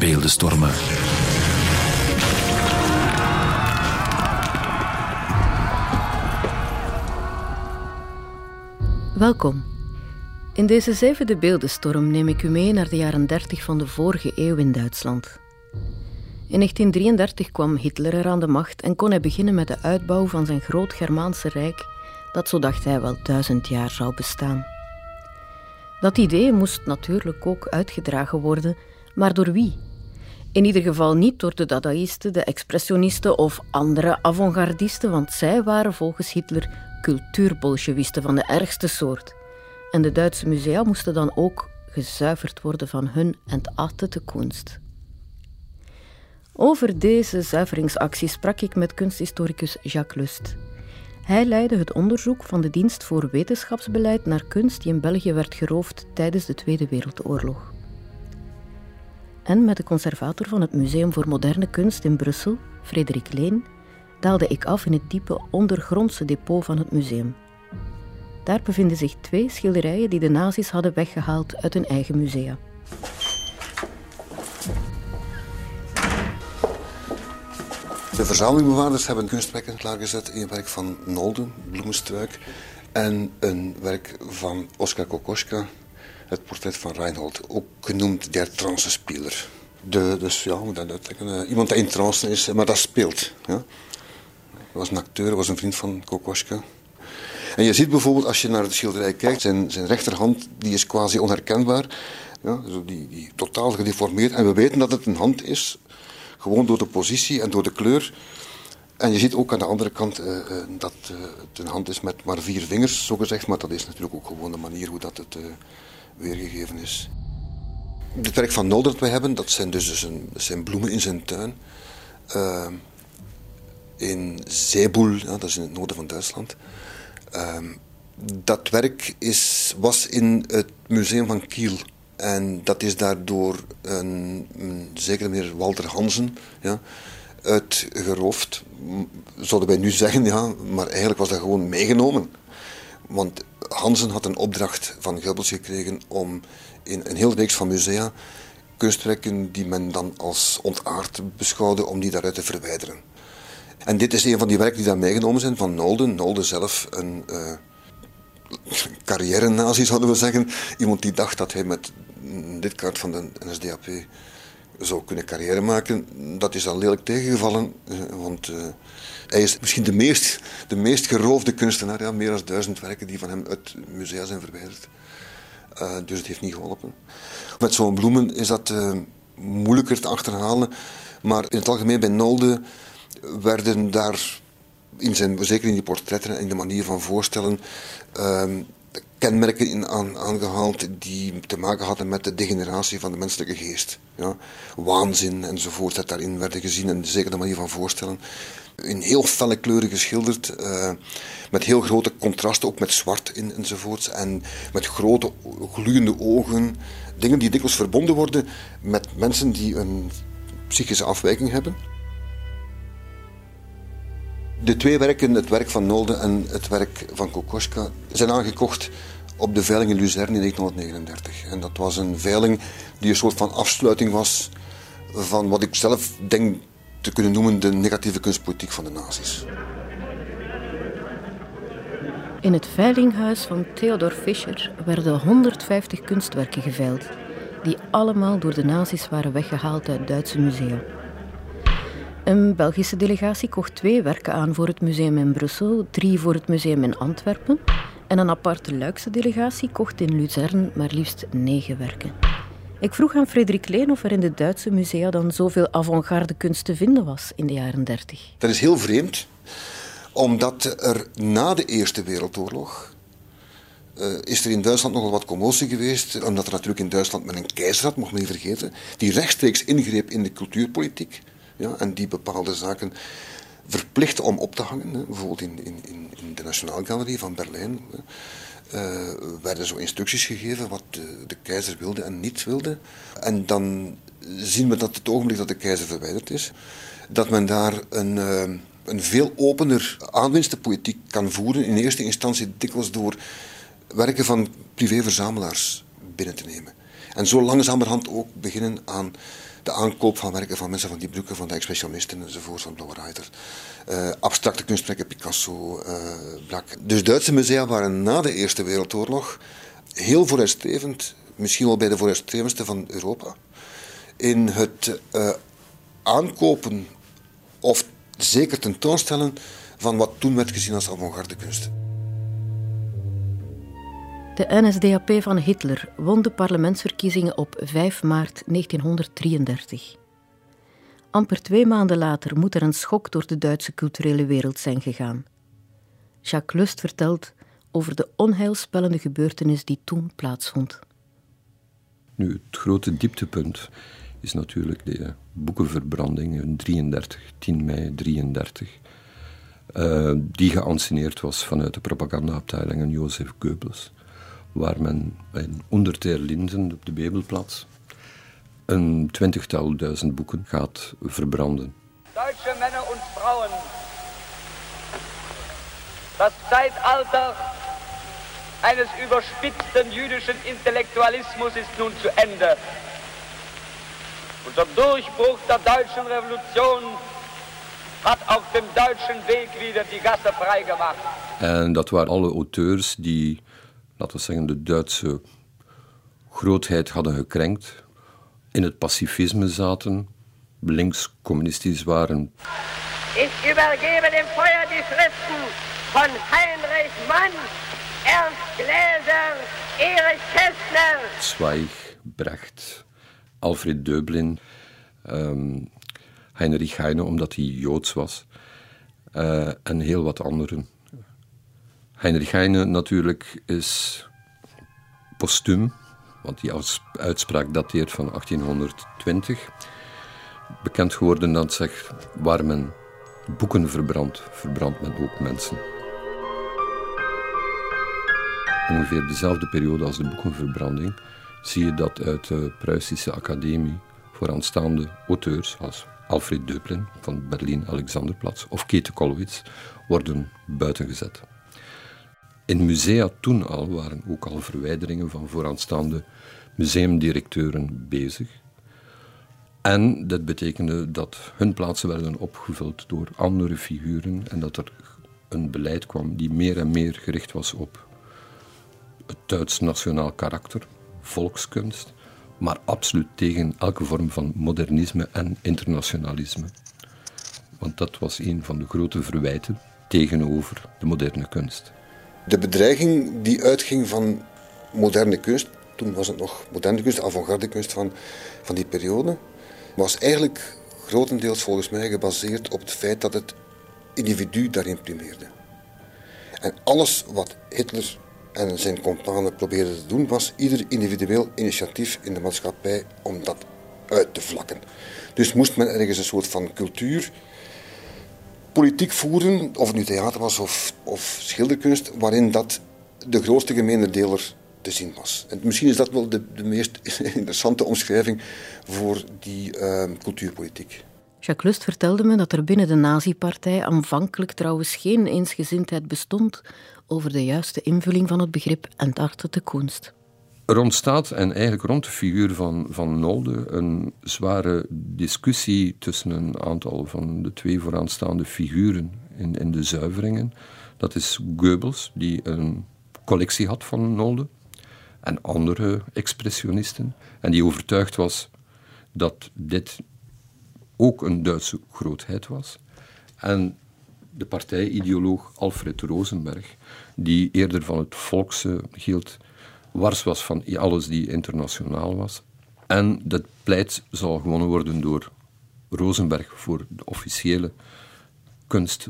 Beeldenstormen. Welkom. In deze 7e beeldenstorm neem ik u mee naar de jaren 30 van de vorige eeuw in Duitsland. In 1933 kwam Hitler er aan de macht en kon hij beginnen met de uitbouw van zijn groot Germaanse rijk, dat, zo dacht hij, wel 1000 jaar zou bestaan. Dat idee moest natuurlijk ook uitgedragen worden, maar door wie? In ieder geval niet door de dadaïsten, de expressionisten of andere avant-gardisten, want zij waren volgens Hitler cultuurbolsjewisten van de ergste soort. En de Duitse musea moesten dan ook gezuiverd worden van hun entartete kunst. Over deze zuiveringsactie sprak ik met kunsthistoricus Jacques Lust. Hij leidde het onderzoek van de Dienst voor Wetenschapsbeleid naar kunst die in België werd geroofd tijdens de Tweede Wereldoorlog. En met de conservator van het Museum voor Moderne Kunst in Brussel, Frederik Leen, daalde ik af in het diepe ondergrondse depot van het museum. Daar bevinden zich 2 schilderijen die de nazi's hadden weggehaald uit hun eigen musea. De verzamelbewaarders hebben kunstwerken klaargezet. Een werk van Nolde, Bloemenstruik, en een werk van Oskar Kokoschka, het portret van Reinhold, ook genoemd der Trance-speler. Dus ja, moet dat uitleggen. Iemand die in trance is, maar dat speelt. Ja. Dat was een acteur, was een vriend van Kokoschka. En je ziet bijvoorbeeld, als je naar de schilderij kijkt, zijn rechterhand die is quasi onherkenbaar. Ja, die totaal gedeformeerd. En we weten dat het een hand is, gewoon door de positie en door de kleur. En je ziet ook aan de andere kant dat het een hand is met maar 4 vingers, zogezegd. Maar dat is natuurlijk ook gewoon de manier hoe dat het weergegeven is. Het werk van Nolde dat wij hebben, dat zijn bloemen in zijn tuin. In Zeebuhl, ja, dat is in het noorden van Duitsland. Dat werk was in het museum van Kiel. En dat is daardoor een zekere meneer Walter Hansen, ja, uitgeroofd. Zouden wij nu zeggen, ja, maar eigenlijk was dat gewoon meegenomen. Want Hansen had een opdracht van Goebbels gekregen om in een hele reeks van musea kunstwerken die men dan als ontaard beschouwde, om die daaruit te verwijderen. En dit is een van die werken die daar meegenomen zijn van Nolde. Nolde zelf een carrière-nazi, zouden we zeggen. Iemand die dacht dat hij met dit kaart van de NSDAP zou kunnen carrière maken. Dat is al lelijk tegengevallen, want hij is misschien de meest geroofde kunstenaar. Ja, meer dan 1000 werken die van hem uit musea zijn verwijderd. Dus het heeft niet geholpen. Met zo'n bloemen is dat moeilijker te achterhalen. Maar in het algemeen bij Nolde werden daar, zeker in die portretten en in de manier van voorstellen, kenmerken aangehaald die te maken hadden met de degeneratie van de menselijke geest. Ja. Waanzin enzovoort dat daarin werden gezien, en zeker de manier van voorstellen. In heel felle kleuren geschilderd, met heel grote contrasten, ook met zwart enzovoort. En met grote gloeiende ogen. Dingen die dikwijls verbonden worden met mensen die een psychische afwijking hebben. De 2 werken, het werk van Nolde en het werk van Kokoschka, zijn aangekocht op de veiling in Luzern in 1939. En dat was een veiling die een soort van afsluiting was van wat ik zelf denk te kunnen noemen de negatieve kunstpolitiek van de nazi's. In het veilinghuis van Theodor Fischer werden 150 kunstwerken geveild, die allemaal door de nazi's waren weggehaald uit Duitse musea. Een Belgische delegatie kocht 2 werken aan voor het museum in Brussel, 3 voor het museum in Antwerpen. En een aparte Luikse delegatie kocht in Luzern maar liefst 9 werken. Ik vroeg aan Frederik Leen of er in de Duitse musea dan zoveel avant-garde kunst te vinden was in de jaren 30. Dat is heel vreemd, omdat er na de Eerste Wereldoorlog is er in Duitsland nogal wat commotie geweest, omdat er natuurlijk in Duitsland men een keizer had, mocht men niet vergeten, die rechtstreeks ingreep in de cultuurpolitiek. Ja, en die bepaalde zaken verplicht om op te hangen. Bijvoorbeeld in de Nationalgalerie van Berlijn werden zo instructies gegeven wat de keizer wilde en niet wilde. En dan zien we dat het ogenblik dat de keizer verwijderd is, dat men daar een veel opener aanwinstenpolitiek kan voeren, in eerste instantie dikwijls door werken van privéverzamelaars binnen te nemen. En zo langzamerhand ook beginnen aan de aankoop van werken van mensen van die broeken, van de expressionisten enzovoort, van Blauwe Reiter. Abstracte kunstwerken, Picasso, Braque. Dus Duitse musea waren na de Eerste Wereldoorlog heel vooruitstrevend, misschien wel bij de vooruitstrevendste van Europa, in het aankopen of zeker tentoonstellen van wat toen werd gezien als avant-garde kunst. De NSDAP van Hitler won de parlementsverkiezingen op 5 maart 1933. Amper 2 maanden later moet er een schok door de Duitse culturele wereld zijn gegaan. Jacques Lust vertelt over de onheilspellende gebeurtenis die toen plaatsvond. Nu, het grote dieptepunt is natuurlijk de boekenverbranding in 10 mei 1933. Die geanceneerd was vanuit de propagandaafdeling van Joseph Goebbels, waar men in 100 Linden op de Bebelplatz een 20.000 boeken gaat verbranden. Deutsche Männer und Frauen, das Zeitalter eines überspitzten jüdischen Intellektualismus ist nun zu Ende. Und der Durchbruch der deutschen Revolution hat auf dem deutschen Weg wieder die Gasse freigemacht. En dat waren alle auteurs die, laten we zeggen, de Duitse grootheid hadden gekrenkt, in het pacifisme zaten, links communistisch waren. Ik übergebe dem Feuer die Schriften van Heinrich Mann, Ernst Gläser, Erich Kästner. Zweig, Brecht, Alfred Döblin, Heinrich Heine, omdat hij Joods was, en heel wat anderen. Heinrich Heine natuurlijk is postuum, want die uitspraak dateert van 1820. Bekend geworden dat zegt, waar men boeken verbrandt, verbrandt men ook mensen. Ongeveer dezelfde periode als de boekenverbranding zie je dat uit de Pruisische Academie vooraanstaande auteurs als Alfred Döblin van Berlin-Alexanderplatz of Käthe Kollwitz worden buitengezet. In musea toen al waren ook al verwijderingen van vooraanstaande museumdirecteuren bezig. En dat betekende dat hun plaatsen werden opgevuld door andere figuren en dat er een beleid kwam die meer en meer gericht was op het Duits nationaal karakter, volkskunst, maar absoluut tegen elke vorm van modernisme en internationalisme. Want dat was een van de grote verwijten tegenover de moderne kunst. De bedreiging die uitging van moderne kunst, toen was het nog moderne kunst, avant-garde kunst van die periode, was eigenlijk grotendeels volgens mij gebaseerd op het feit dat het individu daarin primeerde. En alles wat Hitler en zijn companen probeerden te doen, was ieder individueel initiatief in de maatschappij om dat uit te vlakken. Dus moest men ergens een soort van cultuur, politiek voeren, of het nu theater was of schilderkunst, waarin dat de grootste gemene deler te zien was. En misschien is dat wel de meest interessante omschrijving voor die cultuurpolitiek. Jacques Lust vertelde me dat er binnen de nazi-partij aanvankelijk trouwens geen eensgezindheid bestond over de juiste invulling van het begrip entartete Kunst. Er ontstaat, en eigenlijk rond de figuur van Nolde, een zware discussie tussen een aantal van de 2 vooraanstaande figuren in de zuiveringen. Dat is Goebbels, die een collectie had van Nolde, en andere expressionisten, en die overtuigd was dat dit ook een Duitse grootheid was. En de partijideoloog Alfred Rosenberg, die eerder van het volkse hield, wars was van alles die internationaal was. En dat pleit zal gewonnen worden door Rosenberg voor de officiële kunst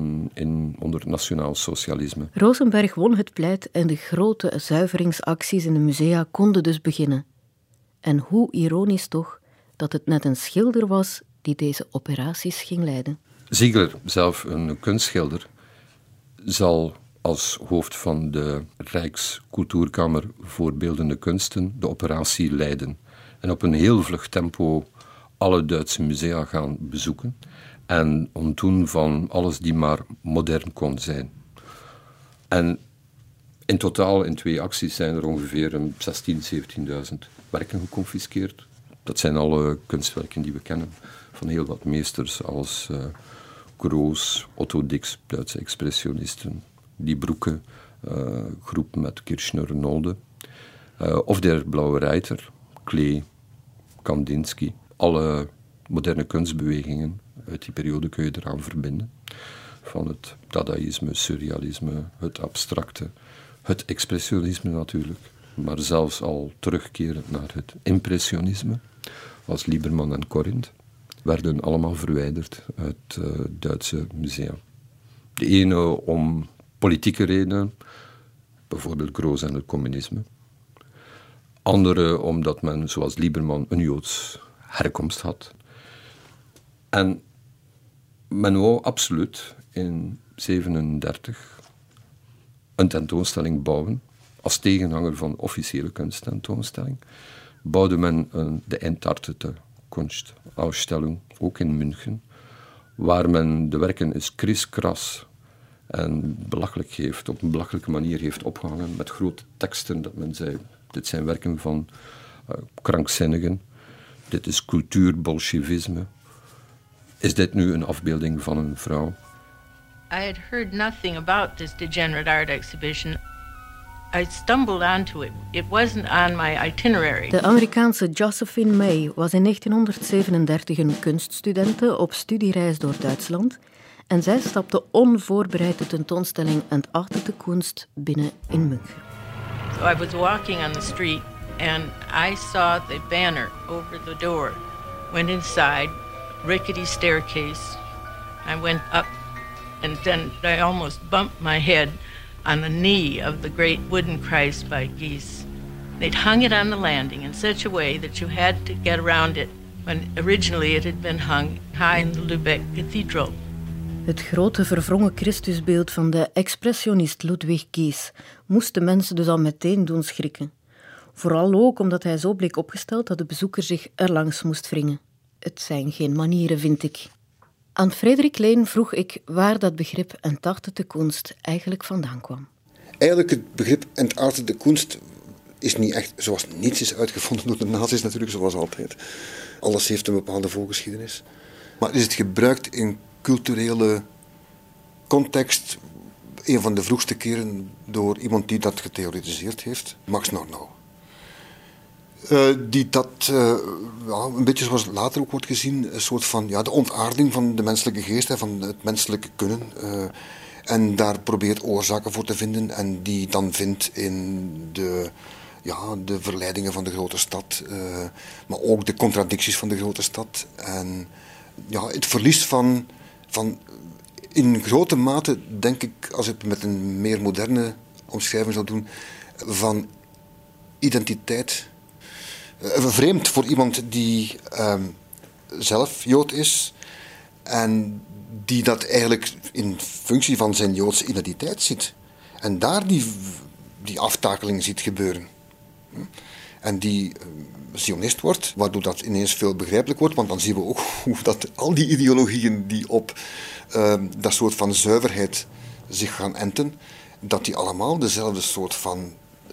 onder het nationaal socialisme. Rosenberg won het pleit en de grote zuiveringsacties in de musea konden dus beginnen. En hoe ironisch toch dat het net een schilder was die deze operaties ging leiden. Ziegler, zelf een kunstschilder, zal als hoofd van de Rijkscultuurkamer voor Beeldende Kunsten de operatie leiden. En op een heel vlug tempo alle Duitse musea gaan bezoeken en ontdoen van alles die maar modern kon zijn. En in totaal in 2 acties zijn er ongeveer 16.000, 17.000 werken geconfiskeerd. Dat zijn alle kunstwerken die we kennen. Van heel wat meesters als Groos, Otto Dix, Duitse expressionisten, Die Broeke, groep met Kirchner, Nolde. Of der Blauwe Reiter, Klee, Kandinsky. Alle moderne kunstbewegingen uit die periode kun je eraan verbinden. Van het dadaïsme, surrealisme, het abstracte, het expressionisme natuurlijk. Maar zelfs al terugkerend naar het impressionisme, als Lieberman en Corinth, werden allemaal verwijderd uit het Duitse musea. De ene om politieke redenen, bijvoorbeeld Groos en het communisme. Andere omdat men, zoals Lieberman, een Joods herkomst had. En men wou absoluut in 1937 een tentoonstelling bouwen. Als tegenhanger van de officiële kunsttentoonstelling bouwde men de Entartete Kunstausstellung, ook in München, waar men de werken eens kriskras en belachelijk heeft, op een belachelijke manier heeft opgehangen met grote teksten, dat men zei, dit zijn werken van krankzinnigen, dit is cultuurbolsjewisme. Is dit nu een afbeelding van een vrouw? I had heard nothing about this degenerate art exhibition. I stumbled onto it. It wasn't on my itinerary. De Amerikaanse Josephine May was in 1937 een kunststudente op studiereis door Duitsland en zij stapte onvoorbereid de tentoonstelling Entartete Kunst binnen in München. So I was walking on the street and I saw the banner over the door. Went inside, rickety staircase. I went up and then I almost bumped my head on the knee of the great wooden Christ by Gies. They'd hung it on the landing in such a way that you had to get around it when originally it had been hung high in the Lübeck Cathedral. Het grote verwrongen Christusbeeld van de expressionist Ludwig Gies moest de mensen dus al meteen doen schrikken. Vooral ook omdat hij zo bleek opgesteld dat de bezoeker zich erlangs moest wringen. Het zijn geen manieren, vind ik. Aan Frederik Leen vroeg ik waar dat begrip Entartete Kunst eigenlijk vandaan kwam. Eigenlijk het begrip Entartete Kunst is niet echt zoals niets is uitgevonden door de nazi's natuurlijk, zoals altijd. Alles heeft een bepaalde voorgeschiedenis. Maar is het gebruikt in culturele context, een van de vroegste keren door iemand die dat getheoretiseerd heeft, Max Nordau. Die dat, een beetje zoals later ook wordt gezien, een soort van de ontaarding van de menselijke geest, van het menselijke kunnen. En daar probeert oorzaken voor te vinden en die dan vindt in de verleidingen van de grote stad, maar ook de contradicties van de grote stad. En het verlies van in grote mate, denk ik, als ik het met een meer moderne omschrijving zou doen, van identiteit. Vreemd voor iemand die zelf Jood is en die dat eigenlijk in functie van zijn Joodse identiteit ziet. En daar die aftakeling ziet gebeuren. En die Zionist wordt, waardoor dat ineens veel begrijpelijk wordt, want dan zien we ook hoe dat al die ideologieën die op dat soort van zuiverheid zich gaan enten, dat die allemaal dezelfde soort van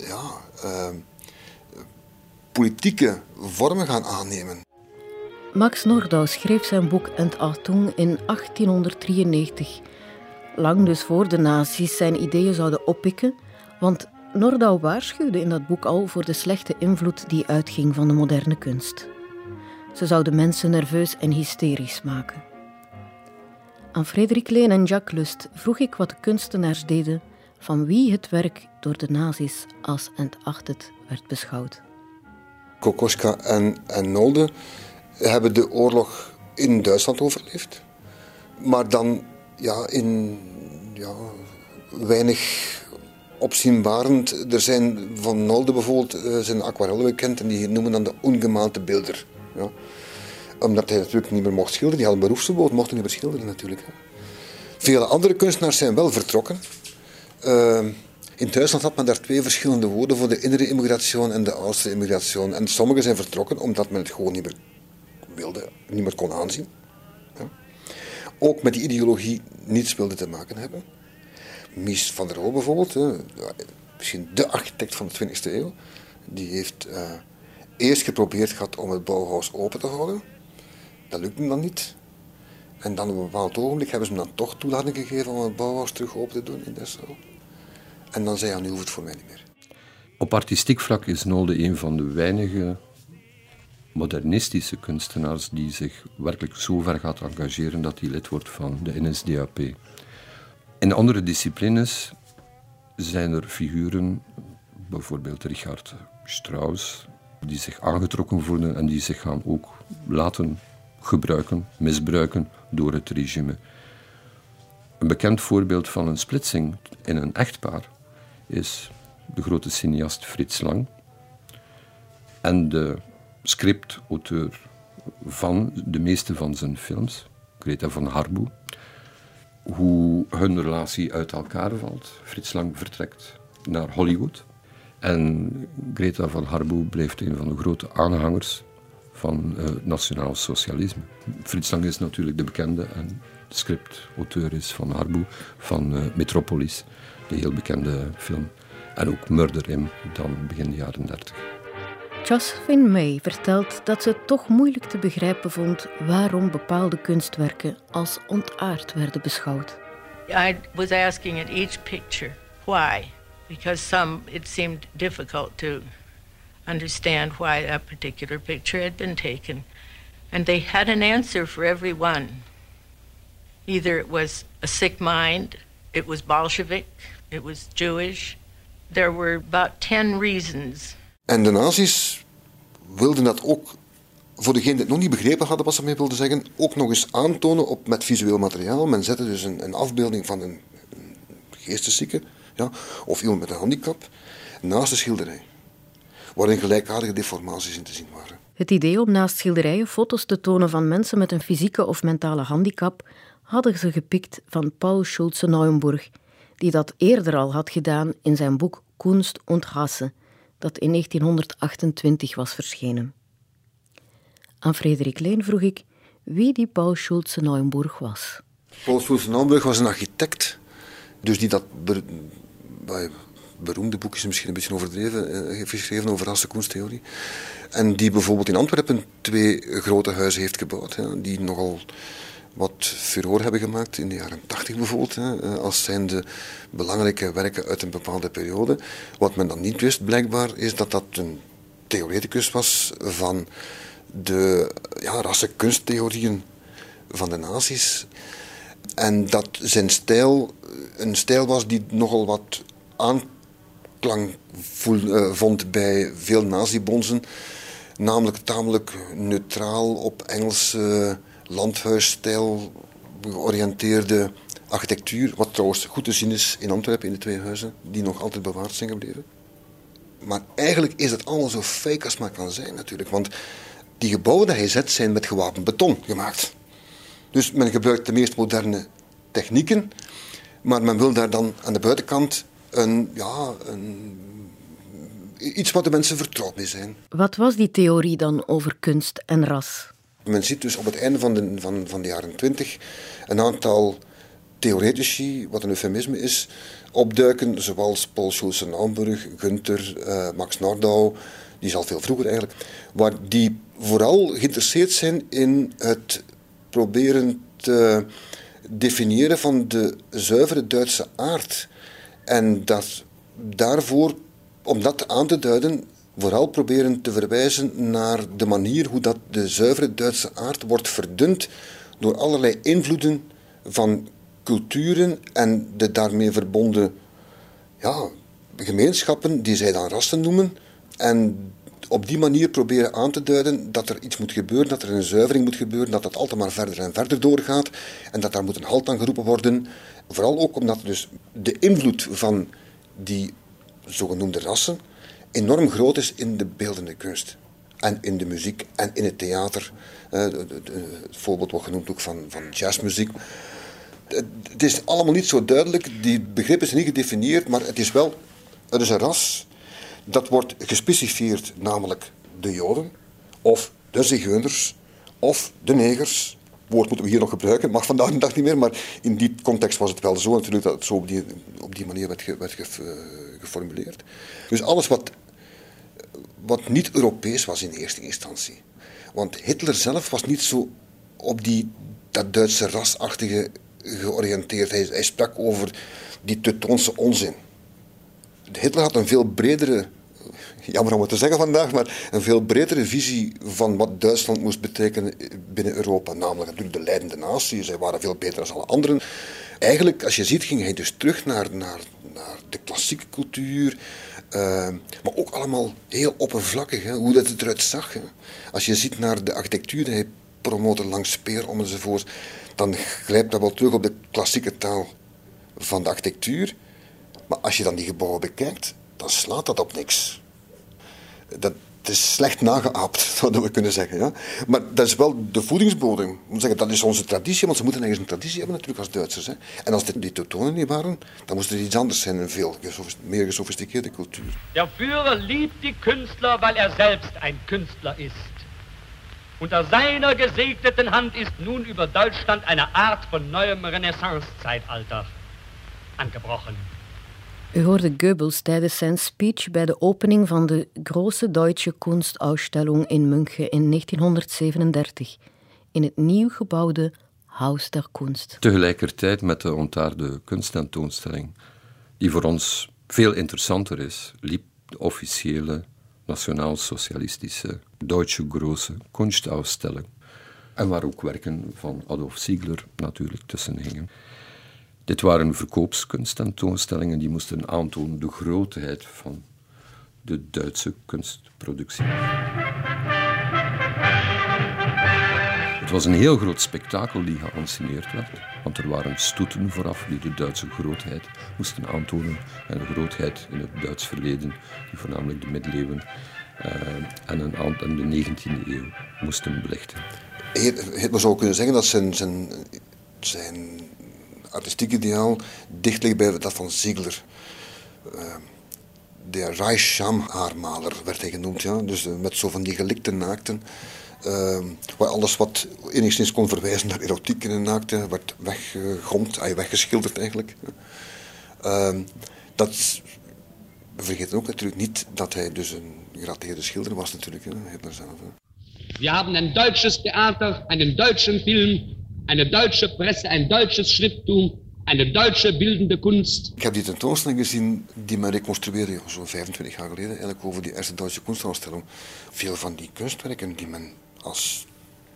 politieke vormen gaan aannemen. Max Nordau schreef zijn boek Entartung in 1893. Lang dus voor de nazi's zijn ideeën zouden oppikken, want Nordau waarschuwde in dat boek al voor de slechte invloed die uitging van de moderne kunst. Ze zouden mensen nerveus en hysterisch maken. Aan Frederik Leen en Jacques Lust vroeg ik wat de kunstenaars deden van wie het werk door de nazi's als entartet werd beschouwd. Kokoschka en Nolde hebben de oorlog in Duitsland overleefd. Maar dan weinig opzienbarend. Er zijn van Nolde bijvoorbeeld zijn aquarellen bekend en die noemen dan de ongemaalte beelder. Ja. Omdat hij natuurlijk niet meer mocht schilderen. Die had een beroepsverbod, mocht niet meer schilderen natuurlijk. Vele andere kunstenaars zijn wel vertrokken. In Duitsland had men daar twee verschillende woorden voor de innere immigratie en de oudste immigratie. En sommigen zijn vertrokken omdat men het gewoon niet meer wilde, niet meer kon aanzien. Ja. Ook met die ideologie niets wilde te maken hebben. Mies van der Rohe bijvoorbeeld, misschien de architect van de 20e eeuw, die heeft eerst geprobeerd gehad om het Bauhaus open te houden. Dat lukte hem dan niet. En dan op een bepaald ogenblik hebben ze hem dan toch toelating gegeven om het Bauhaus terug open te doen in Dessau. En dan zei hij, nu hoeft het voor mij niet meer. Op artistiek vlak is Nolde een van de weinige modernistische kunstenaars die zich werkelijk zo ver gaat engageren dat hij lid wordt van de NSDAP. In andere disciplines zijn er figuren, bijvoorbeeld Richard Strauss, die zich aangetrokken voelen en die zich gaan ook laten gebruiken, misbruiken door het regime. Een bekend voorbeeld van een splitsing in een echtpaar is de grote cineast Fritz Lang en de scriptauteur van de meeste van zijn films, Greta van Harboe. Hoe hun relatie uit elkaar valt. Fritz Lang vertrekt naar Hollywood en Greta van Harboe blijft een van de grote aanhangers van nationaal socialisme. Fritz Lang is natuurlijk de bekende en de scriptauteur is van Harboe van Metropolis, de heel bekende film. En ook Murder in, dan begin de jaren 30. Josephine May vertelt dat ze het toch moeilijk te begrijpen vond waarom bepaalde kunstwerken als ontaard werden beschouwd. I was asking at each picture, why? Because some, it seemed difficult to understand why that particular picture had been taken. And they had an answer for every one. Either it was a sick mind, it was Bolshevik, it was Jewish. There were about 10 reasons. En de nazi's wilden dat ook, voor degenen die het nog niet begrepen hadden wat ze mee wilden zeggen, ook nog eens aantonen met visueel materiaal. Men zette dus een afbeelding van een geesteszieke, ja, of iemand met een handicap naast de schilderij, waarin gelijkaardige deformaties in te zien waren. Het idee om naast schilderijen foto's te tonen van mensen met een fysieke of mentale handicap hadden ze gepikt van Paul Schulze-Neuenburg, die dat eerder al had gedaan in zijn boek Kunst und Hasse, dat in 1928 was verschenen. Aan Frederik Leen vroeg ik wie die Paul Schulze-Neuenburg was. Paul Schulze-Neuenburg was een architect, dus die dat beroemde boek is misschien een beetje overdreven, heeft geschreven over rassenkunsttheorie. En die bijvoorbeeld in Antwerpen 2 grote huizen heeft gebouwd, die nogal wat furore hebben gemaakt in de jaren 80 bijvoorbeeld, als zijnde belangrijke werken uit een bepaalde periode. Wat men dan niet wist blijkbaar, is dat dat een theoreticus was van de rassenkunsttheorieën van de nazi's. En dat zijn stijl een stijl was die nogal wat aanklank vond bij veel nazibonzen. Namelijk tamelijk neutraal op Engelse landhuisstijl georiënteerde architectuur. Wat trouwens goed te zien is in Antwerpen in de 2 huizen, die nog altijd bewaard zijn gebleven. Maar eigenlijk is het allemaal zo fake als maar kan zijn natuurlijk. Want die gebouwen die hij zet zijn met gewapend beton gemaakt. Dus men gebruikt de meest moderne technieken. Maar men wil daar dan aan de buitenkant iets wat de mensen vertrouwd mee zijn. Wat was die theorie dan over kunst en ras? Men ziet dus op het einde van de jaren 20 een aantal theoretici, wat een eufemisme is, opduiken, zoals Paul Schulze-Neuenburg, Günther, Max Nordau, die is al veel vroeger eigenlijk, waar die vooral geïnteresseerd zijn in het proberen te definiëren van de zuivere Duitse aard. En dat daarvoor, om dat aan te duiden, vooral proberen te verwijzen naar de manier hoe dat de zuivere Duitse aard wordt verdund door allerlei invloeden van culturen en de daarmee verbonden gemeenschappen die zij dan rassen noemen. En op die manier proberen aan te duiden dat er iets moet gebeuren, dat er een zuivering moet gebeuren, dat dat altijd maar verder en verder doorgaat en dat daar moet een halt aan geroepen worden. Vooral ook omdat dus de invloed van die zogenoemde rassen enorm groot is in de beeldende kunst. En in de muziek en in het theater. Het voorbeeld wordt genoemd ook van jazzmuziek. Het is allemaal niet zo duidelijk. Die begrippen zijn niet gedefinieerd, maar het is wel... Er is een ras dat wordt gespecifieerd, namelijk de Joden, of de Zigeuners, of de negers. Woord moeten we hier nog gebruiken, mag vandaag de dag niet meer, maar in die context was het wel zo natuurlijk dat het zo op die manier werd geformuleerd. Dus alles wat wat niet Europees was in eerste instantie. Want Hitler zelf was niet zo op dat Duitse rasachtige georiënteerd. Hij sprak over die Teutoonse onzin. Hitler had een veel bredere, jammer om het te zeggen vandaag, maar een veel bredere visie van wat Duitsland moest betekenen binnen Europa. Namelijk natuurlijk de leidende natie, zij waren veel beter dan alle anderen. Eigenlijk, als je ziet, ging hij dus terug naar de klassieke cultuur, maar ook allemaal heel oppervlakkig, hè, hoe dat het eruit zag. Hè. Als je ziet naar de architectuur die hij promoten langs Speer om enzovoort, dan grijpt dat wel terug op de klassieke taal van de architectuur. Maar als je dan die gebouwen bekijkt, dan slaat dat op niks. Dat is slecht nageaapt, zouden we kunnen zeggen. Ja? Maar dat is wel de voedingsbodem. Ik moet zeggen, dat is onze traditie, want ze moeten ergens een traditie hebben natuurlijk als Duitsers. Hè? En als die Teutonen niet waren, dan moest er iets anders zijn, een veel meer gesofisticeerde cultuur. Der Führer liebt die Künstler, weil selbst ein Künstler ist. Unter seiner gesegneten Hand ist nun über Deutschland eine Art von neuem Renaissance-Zeitalter angebrochen. U hoorde Goebbels tijdens zijn speech bij de opening van de Große Deutsche Kunstausstellung in München in 1937, in het nieuw gebouwde Haus der Kunst. Tegelijkertijd met de ontaarde kunsttentoonstelling, die voor ons veel interessanter is, liep de officiële nationaal-socialistische Deutsche Große Kunstausstellung. En waar ook werken van Adolf Ziegler natuurlijk tussen hingen. Dit waren verkoopskunsttentoonstellingen die moesten aantonen de grootheid van de Duitse kunstproductie. Het was een heel groot spektakel die geanceneerd werd, want er waren stoeten vooraf die de Duitse grootheid moesten aantonen en de grootheid in het Duits verleden, die voornamelijk de middeleeuwen en de 19e eeuw moesten belichten. Hitler zou kunnen zeggen dat zijn artistiek ideaal dicht ligt bij dat van Ziegler. De Reichsschamhaarmaler werd hij genoemd, ja? Dus met zo van die gelikte naakten. Waar alles wat enigszins kon verwijzen naar erotiek in de naakte werd weggegomd, weggeschilderd eigenlijk. We vergeten ook natuurlijk niet dat hij dus een gerateerde schilder was natuurlijk, Hitler zelf. Wir haben ein deutsches Theater, einen deutschen Film, eine deutsche Presse, ein deutsches Schrifttum, eine deutsche bildende Kunst. Ik heb die tentoonstelling gezien die men reconstrueerde zo'n 25 jaar geleden, eigenlijk over die eerste Duitse kunstausstelling. Veel van die kunstwerken die men als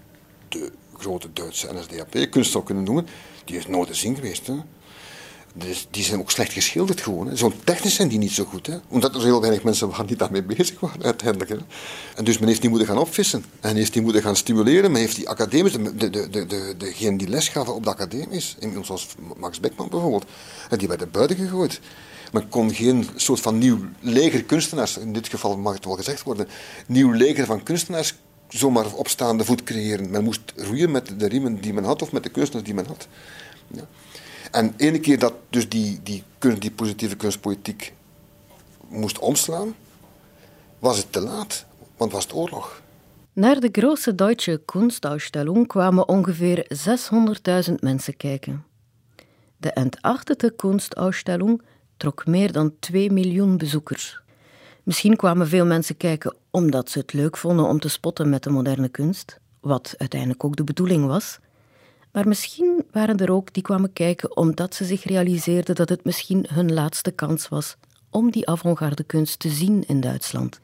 de grote Duitse NSDAP-kunst zou kunnen noemen, die is nooit te zien geweest. Hè. Dus die zijn ook slecht geschilderd gewoon. Hè. Zo technisch zijn die niet zo goed. Hè. Omdat er heel weinig mensen waren die daarmee bezig waren uiteindelijk. Hè. En dus men heeft die moeten gaan opvissen. En heeft die moeten gaan stimuleren. Men heeft die academisch, degenen die les gaven op de academies, zoals Max Beckmann bijvoorbeeld, die werden buiten gegooid. Men kon geen soort van nieuw leger kunstenaars, in dit geval mag het wel gezegd worden, nieuw leger van kunstenaars zomaar op staande voet creëren. Men moest roeien met de riemen die men had of met de kunstenaars die men had. Ja. En ene keer dat dus die positieve kunstpolitiek moest omslaan, was het te laat, want was het oorlog. Naar de Große Deutsche Kunstausstellung kwamen ongeveer 600.000 mensen kijken. De Entartete Kunstausstellung trok meer dan 2 miljoen bezoekers. Misschien kwamen veel mensen kijken omdat ze het leuk vonden om te spotten met de moderne kunst, wat uiteindelijk ook de bedoeling was. Maar misschien waren er ook die kwamen kijken omdat ze zich realiseerden dat het misschien hun laatste kans was om die avant-garde kunst te zien in Duitsland.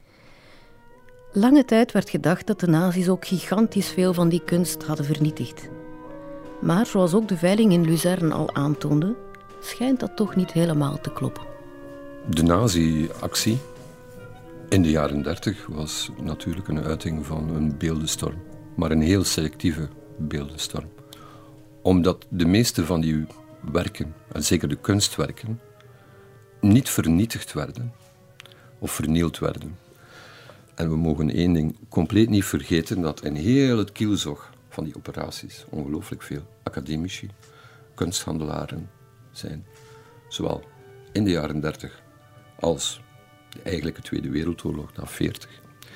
Lange tijd werd gedacht dat de nazi's ook gigantisch veel van die kunst hadden vernietigd. Maar zoals ook de veiling in Luzern al aantoonde, schijnt dat toch niet helemaal te kloppen. De nazi-actie in de jaren 30 was natuurlijk een uiting van een beeldenstorm, maar een heel selectieve beeldenstorm. Omdat de meeste van die werken, en zeker de kunstwerken, niet vernietigd werden of vernield werden. En we mogen één ding compleet niet vergeten, dat in heel het kielzog van die operaties ongelooflijk veel academici, kunsthandelaren zijn. Zowel in de jaren 30 als eigenlijk de Tweede Wereldoorlog na 40.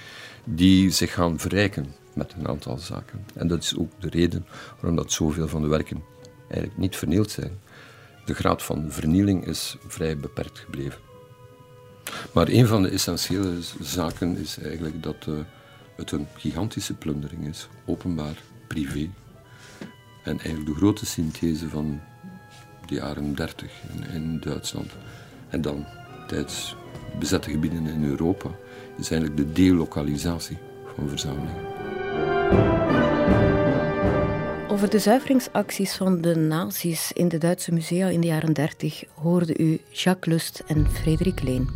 Die zich gaan verrijken met een aantal zaken. En dat is ook de reden waarom dat zoveel van de werken eigenlijk niet vernield zijn. De graad van vernieling is vrij beperkt gebleven. Maar een van de essentiële zaken is eigenlijk dat het een gigantische plundering is. Openbaar, privé. En eigenlijk de grote synthese van de jaren 30 in Duitsland. En dan tijdens bezette gebieden in Europa is eigenlijk de delokalisatie van verzamelingen. Over de zuiveringsacties van de nazi's in de Duitse musea in de jaren 30 hoorde u Jacques Lust en Frederik Leen.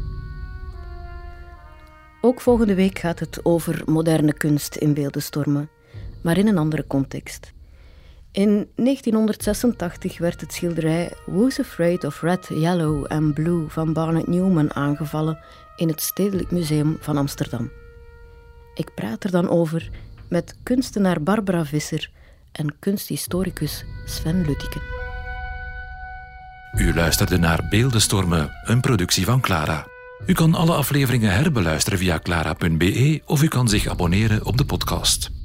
Ook volgende week gaat het over moderne kunst in Beeldenstormen, maar in een andere context. In 1986 werd het schilderij Who's Afraid of Red, Yellow and Blue van Barnett Newman aangevallen in het Stedelijk Museum van Amsterdam. Ik praat er dan over met kunstenaar Barbara Visser en kunsthistoricus Sven Luttike. U luisterde naar Beeldenstormen, een productie van Clara. U kan alle afleveringen herbeluisteren via clara.be of u kan zich abonneren op de podcast.